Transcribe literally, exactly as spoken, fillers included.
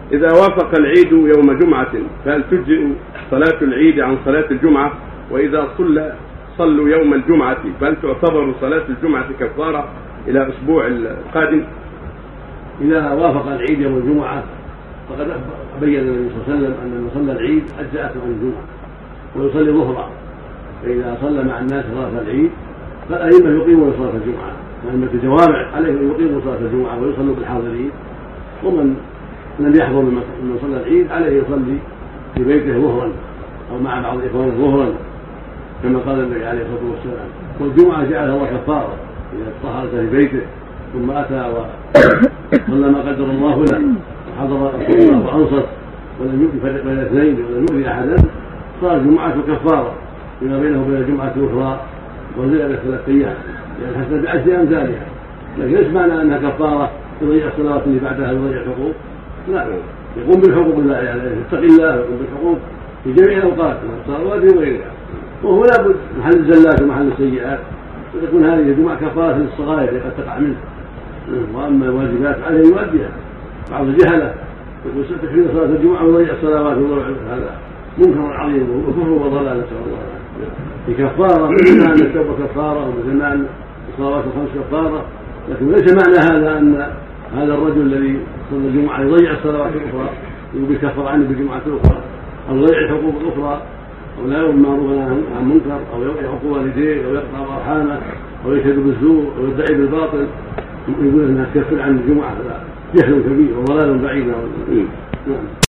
إذا وافق العيد يوم جمعة فهل تجزئ صلاة العيد عن صلاة الجمعة؟ وإذا صلى صلوا يوم الجمعة فهل تعتبر صلاة الجمعة كفارة إلى الأسبوع القادم؟ إذا وافق العيد يوم الجمعة فقد بين النبي صلى الله عليه وسلم أن من صلى العيد أجزأته عن الجمعة ويصلي ظهرا، فإذا صلى مع الناس صلاة العيد فالأئمة يقيمون صلاة الجمعة، وأئمة الجوامع عليهم يقيموا صلاة الجمعة ويصلوا بالحاضرين، ومن لم يحضر من صلى العيد عليه يصلي في بيته ظهرا أو مع بعض إخوانه ظهرا كما قال النبي عليه الصلاة والسلام. والجمعة جعلها الله كفارة إذا طهرت في بيته ثم أتى وصلى ما قدر الله له وحضر الله وأنصت ولم يفرق بين الاثنين ولم يؤذي أحدا صار الجمعة كفارة فيما بينه وبين الجمعة الأخرى وزيادة ثلاثة أيام، يعني حسب بعشر أمثالها. لكن ليس معنى أنها كفارة يضيع الصلوات اللي بعدها يضيع الحقوق، لا، يقوم بالحقوق الله، يعني يتقي الله ويقوم بالحقوق في جميع الأوقات من الصلوات وغيرها. وهو لا بد محل الزلات ومحل السيئات وتكون هذه الجمعة كفارة للصغائر التي قد تقع منه. وأما الواجبات عليه يؤديها. بعض الجهلة يقول ستحرم صلاة الجمعة ويضيع الصلوات ويضيع، هذا منكر عظيم وكفر وضلال، نسأل الله العافية. في كفارة مثل ما أن التوبة كفارة ومثل ما أن الصلوات الخمس كفارة، لكن ليس معنى هذا أن هذا الرجل الذي صلى الجمعة يضيع الصلوات الأخرى يكفر عنه بالجمعة الأخرى أو يضيع الحقوق الأخرى أو لا يؤمر معروفا عن منكر أو يعق والديه أو يقطع أرحامه أو يشهد بالزور أو يدعي بالباطل يقول أنها تكفر عن الجمعة. هذا جهل كبير وضلال بعيد.